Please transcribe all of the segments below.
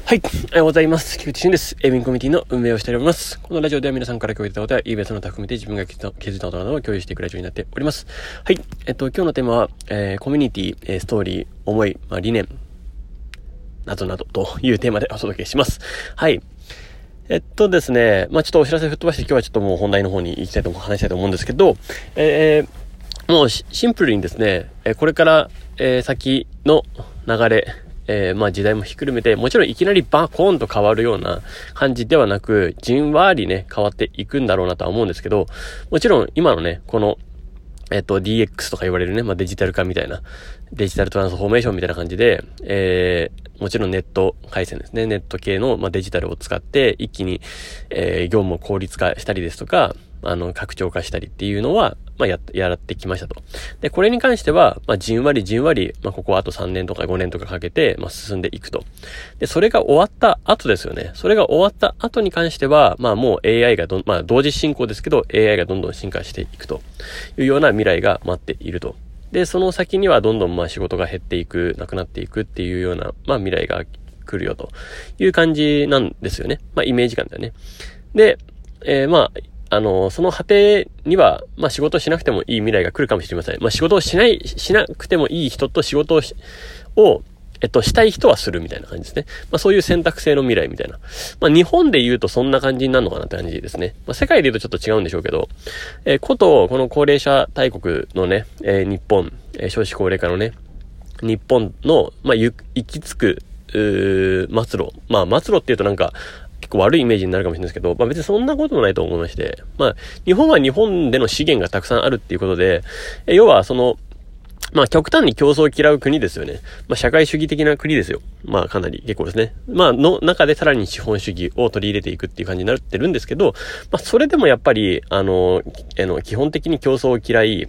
はい。おはようございます。菊池俊です。ウィンコミュニティの運営をしております。このラジオでは皆さんから共有いただいたことや、eBay その他含めて自分が気づいたことなどを共有していくラジオになっております。はい。今日のテーマは、コミュニティ、ストーリー、思い、理念、などなどというテーマでお届けします。はい。ですね、ちょっとお知らせ吹っ飛ばして今日はちょっともう本題の方に行きたいと話したいと思うんですけど、もうシンプルにですね、これから、先の流れ、時代もひっくるめて、もちろんいきなりバコーンと変わるような感じではなく、じんわりね、変わっていくんだろうなとは思うんですけど、もちろん今のね、この、DX とか言われるね、デジタル化みたいな、デジタルトランスフォーメーションみたいな感じで、もちろんネット回線ですね、ネット系の、デジタルを使って、一気に、業務を効率化したりですとか、拡張化したりっていうのは、やってきましたと。で、これに関しては、じんわり、ここはあと3年とか5年とかかけて、進んでいくと。で、それが終わった後ですよね。それが終わった後に関しては、もう AI が同時進行ですけど、AI がどんどん進化していくというような未来が待っていると。で、その先にはどんどん仕事が減っていく、なくなっていくっていうような、未来が来るよという感じなんですよね。イメージ感だよね。で、その果てには、仕事をしなくてもいい未来が来るかもしれません。仕事をしなくてもいい人と仕事をしたい人はするみたいな感じですね。そういう選択制の未来みたいな。日本で言うとそんな感じになるのかなって感じですね。世界で言うとちょっと違うんでしょうけど、この高齢者大国のね、日本、少子高齢化のね、日本の、行き着く、末路。末路って言うとなんか、結構悪いイメージになるかもしれないですけど、別にそんなこともないと思いまして、日本は日本での資源がたくさんあるっていうことで、要は極端に競争を嫌う国ですよね。社会主義的な国ですよ。かなり結構ですね。の中でさらに資本主義を取り入れていくっていう感じになってるんですけど、それでもやっぱり、基本的に競争を嫌い、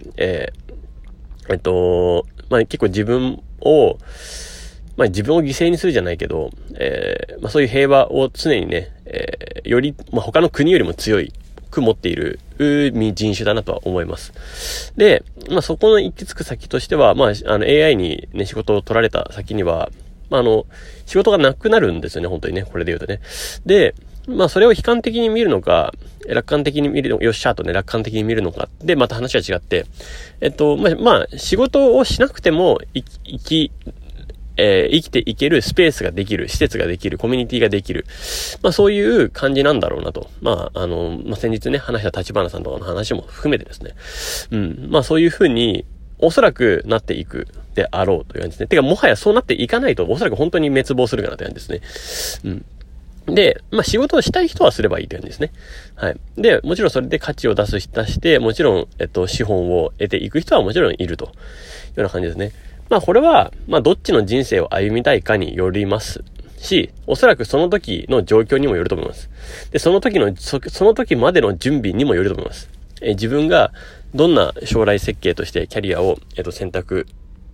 結構自分を犠牲にするじゃないけど、そういう平和を常にね、より、他の国よりも強く持っている人種だなとは思います。で、そこの行き着く先としては、AI にね、仕事を取られた先には、仕事がなくなるんですよね、本当にね、これで言うとね。で、それを悲観的に見るのか、楽観的に見るのか、よっしゃーとね、楽観的に見るのか、で、また話が違って、仕事をしなくても生きていけるスペースができる、施設ができる、コミュニティができる。そういう感じなんだろうなと。先日ね、話した立花さんとかの話も含めてですね。そういう風に、おそらくなっていくであろうという感じですね。てか、もはやそうなっていかないと、おそらく本当に滅亡するかなという感じですね。で、仕事をしたい人はすればいいって感じですね。はい。で、もちろんそれで価値を出して、もちろん、資本を得ていく人はもちろんいるというような感じですね。これは、どっちの人生を歩みたいかによりますし、おそらくその時の状況にもよると思います。で、その時までの準備にもよると思います。自分がどんな将来設計としてキャリアを、選択、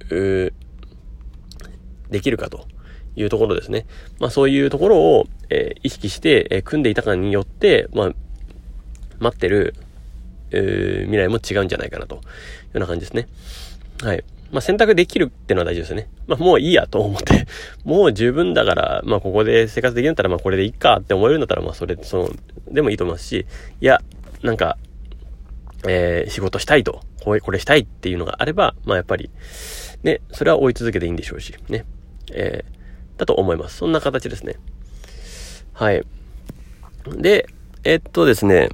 できるかというところですね。そういうところを、意識して、組んでいたかによって、待ってる、未来も違うんじゃないかなというような感じですね。はい。選択できるってのは大事ですね。もういいやと思って、もう十分だから、ここで生活できるんだったら、これでいいかって思えるんだったら、でもいいと思いますし、いや、仕事したいと、これしたいっていうのがあれば、やっぱり、ね、それは追い続けていいんでしょうし、ね。だと思います。そんな形ですね。はい。で、ですね、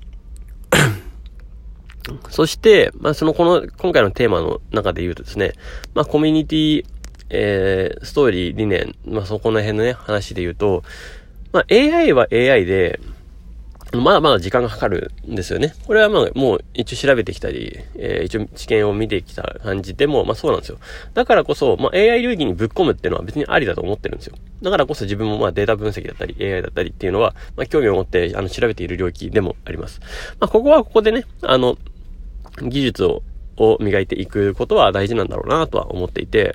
そして、今回のテーマの中で言うとですね、コミュニティ、ストーリー、理念、そこの辺のね、話で言うと、AI は AI で、まだ時間がかかるんですよね。これはもう一応調べてきたり、一応知見を見てきた感じでも、そうなんですよ。だからこそ、AI 領域にぶっ込むっていうのは別にありだと思ってるんですよ。だからこそ自分もデータ分析だったり、AI だったりっていうのは、興味を持って、調べている領域でもあります。ここはここでね、技術を磨いていくことは大事なんだろうなとは思っていて、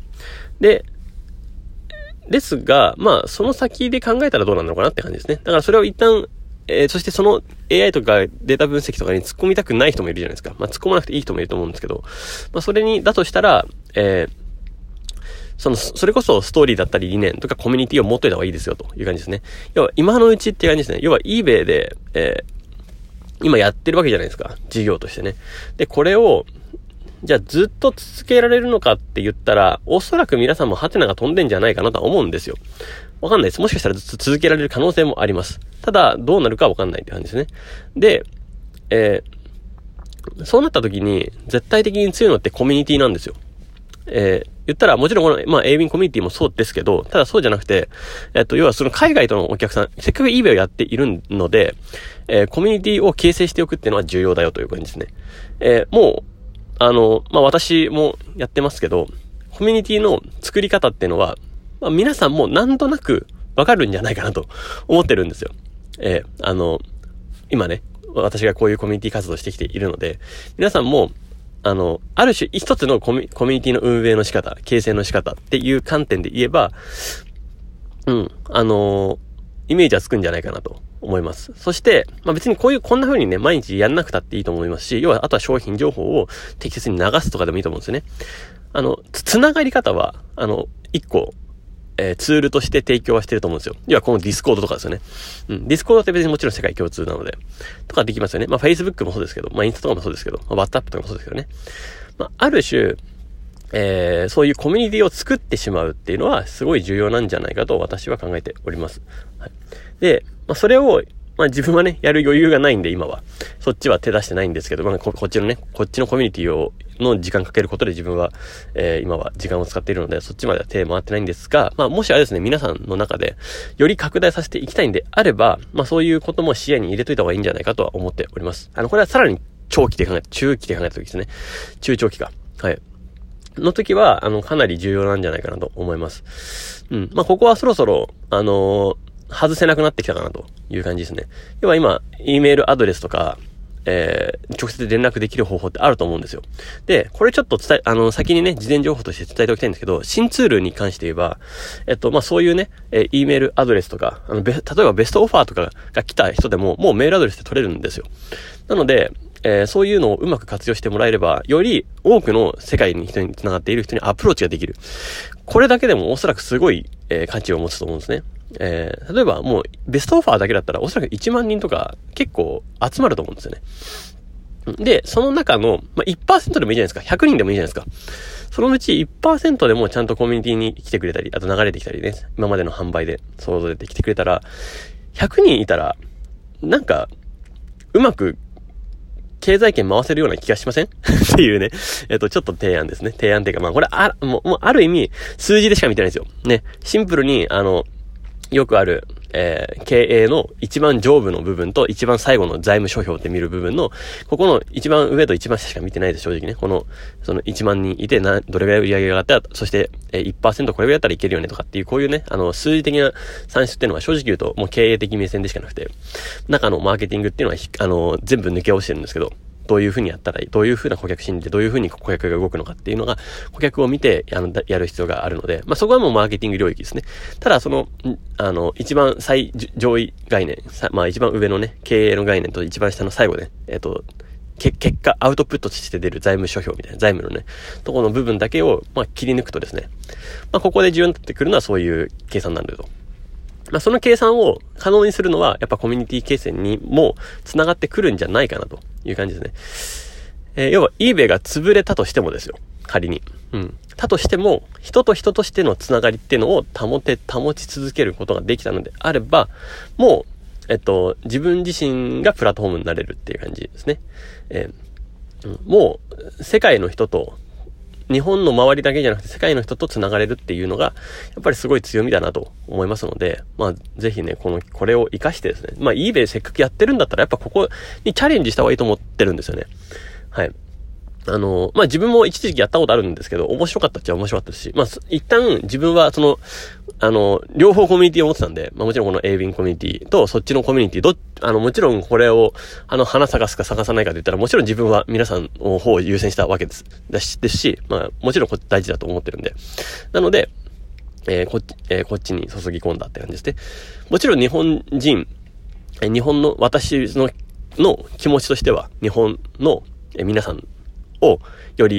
ですが、その先で考えたらどうなのかなって感じですね。だからそれを一旦、そしてその AI とかデータ分析とかに突っ込みたくない人もいるじゃないですか。突っ込まなくていい人もいると思うんですけど、それに、だとしたら、 それこそストーリーだったり理念とかコミュニティを持っといた方がいいですよという感じですね。要は今のうちっていう感じですね。要は eBay で、今やってるわけじゃないですか。事業としてね。で、これを、じゃあずっと続けられるのかって言ったら、おそらく皆さんもハテナが飛んでんじゃないかなとは思うんですよ。わかんないです。もしかしたらずっと続けられる可能性もあります。ただ、どうなるかわかんないって感じですね。で、そうなった時に、絶対的に強いのってコミュニティなんですよ。言ったら、もちろんこの、AWINコミュニティもそうですけど、ただそうじゃなくて、要はその海外とのお客さん、せっかく eBay をやっているので、コミュニティを形成しておくっていうのは重要だよという感じですね。もう、私もやってますけど、コミュニティの作り方っていうのは、皆さんもなんとなくわかるんじゃないかなと思ってるんですよ。今ね、私がこういうコミュニティ活動してきているので、皆さんも、ある種一つのコミュニティの運営の仕方、形成の仕方っていう観点で言えば、イメージはつくんじゃないかなと思います。そして、別にこんな風にね、毎日やんなくたっていいと思いますし、要は、あとは商品情報を適切に流すとかでもいいと思うんですよね。つながり方は、一個、ツールとして提供はしてると思うんですよ。要はこのディスコードとかですよね。ディスコードって別にもちろん世界共通なので。とかできますよね。Facebook もそうですけど、インスタとかもそうですけど、WhatsApp とかもそうですけどね。ある種、そういうコミュニティを作ってしまうっていうのはすごい重要なんじゃないかと私は考えております。はい、で、それを、自分はね、やる余裕がないんで今は。そっちは手出してないんですけど、こっちのコミュニティの時間かけることで自分は、今は時間を使っているので、そっちまでは手回ってないんですが、もしあれですね、皆さんの中で、より拡大させていきたいんであれば、そういうことも視野に入れといた方がいいんじゃないかとは思っております。これはさらに中期で考えた時ですね。中長期か。はい。の時は、かなり重要なんじゃないかなと思います。ここはそろそろ、外せなくなってきたかなという感じですね。要は今、Eメールアドレスとか、直接連絡できる方法ってあると思うんですよ。で、これちょっと先にね、事前情報として伝えておきたいんですけど、新ツールに関して言えば、そういうね、Eメールアドレスとか、例えばベストオファーとかが来た人でも、もうメールアドレスで取れるんですよ。なので、そういうのをうまく活用してもらえれば、より多くの世界に繋がっている人にアプローチができる。これだけでもおそらくすごい、価値を持つと思うんですね。例えばもうベストオファーだけだったらおそらく1万人とか結構集まると思うんですよね。で、その中の、1% でもいいじゃないですか。100人でもいいじゃないですか。そのうち 1% でもちゃんとコミュニティに来てくれたり、あと流れてきたりね、今までの販売で想像で来てくれたら、100人いたら、なんか、うまく経済圏回せるような気がしませんっていうね。ちょっと提案ですね。提案っていうか、これもうある意味、数字でしか見てないんですよ。ね。シンプルに、よくある、経営の一番上部の部分と一番最後の財務諸表って見る部分の、ここの一番上と一番下しか見てないです、正直ね。その1万人いてどれぐらい売り上げが上がったら、そして、1% これぐらいだったらいけるよねとかっていう、こういうね、数字的な算出っていうのは正直言うと、もう経営的目線でしかなくて、中のマーケティングっていうのは、全部抜け落ちてるんですけど、どういう風にやったらいい、どういう風な顧客心理でどういう風に顧客が動くのかっていうのが、顧客を見て、やる必要があるので、そこはもうマーケティング領域ですね。ただ、一番最上位概念、一番上のね、経営の概念と一番下の最後ね、結果、アウトプットとして出る財務諸表みたいな、財務のね、ところの部分だけを、切り抜くとですね、ここで重要になってくるのはそういう計算なんだと。その計算を可能にするのは、やっぱコミュニティ形成にも繋がってくるんじゃないかなという感じですね。要は eBay が潰れたとしてもですよ。仮に。だとしても、人と人としての繋がりっていうのを保ち続けることができたのであれば、もう、自分自身がプラットフォームになれるっていう感じですね。もう、世界の人と、日本の周りだけじゃなくて世界の人と繋がれるっていうのが、やっぱりすごい強みだなと思いますので、ぜひね、これを活かしてですね、eBay せっかくやってるんだったら、やっぱここにチャレンジした方がいいと思ってるんですよね。はい。自分も一時期やったことあるんですけど、面白かったっちゃ面白かったですし、一旦自分は両方コミュニティを持ってたんで、もちろんこの AWIN コミュニティとそっちのコミュニティ、もちろんこれを、花咲かすか咲かさないかと言ったら、もちろん自分は皆さんの方を優先したわけです。ですし、もちろん大事だと思ってるんで。なので、こっちに注ぎ込んだって感じですね。もちろん日本の私の気持ちとしては、日本の皆さんをより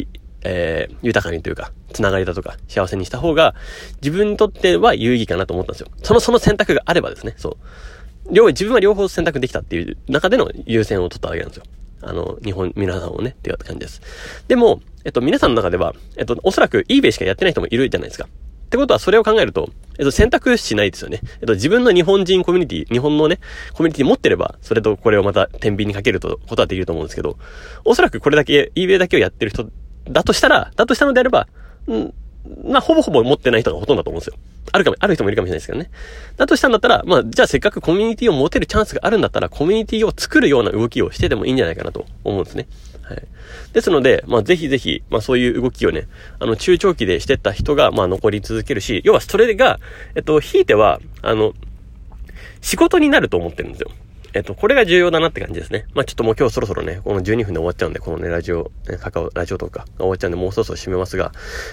豊かにというか、つながりだとか、幸せにした方が、自分にとっては有意義かなと思ったんですよ。その選択があればですね、そう。自分は両方選択できたっていう中での優先を取ったわけなんですよ。皆さんをね、っていう感じです。でも、皆さんの中では、おそらく eBay しかやってない人もいるじゃないですか。ってことは、それを考えると、選択肢ないですよね。自分の日本人コミュニティ、日本のね、コミュニティ持ってれば、それとこれをまた天秤にかけることはできると思うんですけど、おそらくこれだけ、eBay だけをやってる人だとしたのであれば、ほぼほぼ持ってない人がほとんどだと思うんですよ。ある人もいるかもしれないですけどね。だとしたんだったら、じゃあせっかくコミュニティを持てるチャンスがあるんだったら、コミュニティを作るような動きをしてでもいいんじゃないかなと思うんですね。はい。ですので、ぜひぜひ、そういう動きをね、中長期でしてった人が、残り続けるし、要はそれが、ひいては、仕事になると思ってるんですよ。これが重要だなって感じですね。ちょっともう今日そろそろね、この12分で終わっちゃうんで、このね、ラジオとかが終わっちゃうんで、もうそろそろ締めますが、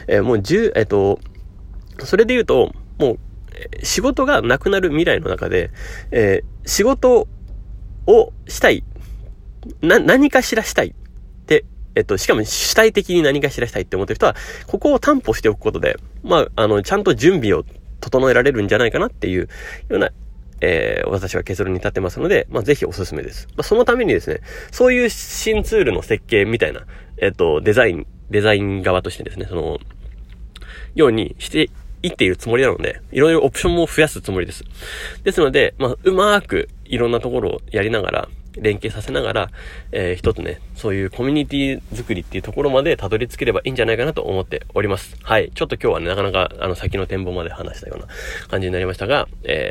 それで言うと、もう、仕事がなくなる未来の中で、仕事をしたい。何かしらしたいって、しかも主体的に何かしらしたいって思ってる人は、ここを担保しておくことで、ちゃんと準備を整えられるんじゃないかなっていうような、私は結論に至ってますので、ぜひおすすめです。そのためにですね、そういう新ツールの設計みたいな、デザイン側としてですね、ようにしていっているつもりなので、いろいろオプションも増やすつもりです。ですので、うまーくいろんなところをやりながら、連携させながら、一つね、そういうコミュニティ作りっていうところまでたどり着ければいいんじゃないかなと思っております。はい。ちょっと今日はね、なかなか、先の展望まで話したような感じになりましたが、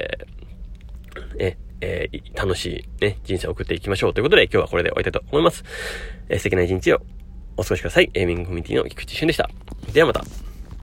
楽しいね、人生を送っていきましょうということで、今日はこれで終わりたいと思います。素敵な一日をお過ごしください。エイミングコミュニティの菊池俊でした。ではまた。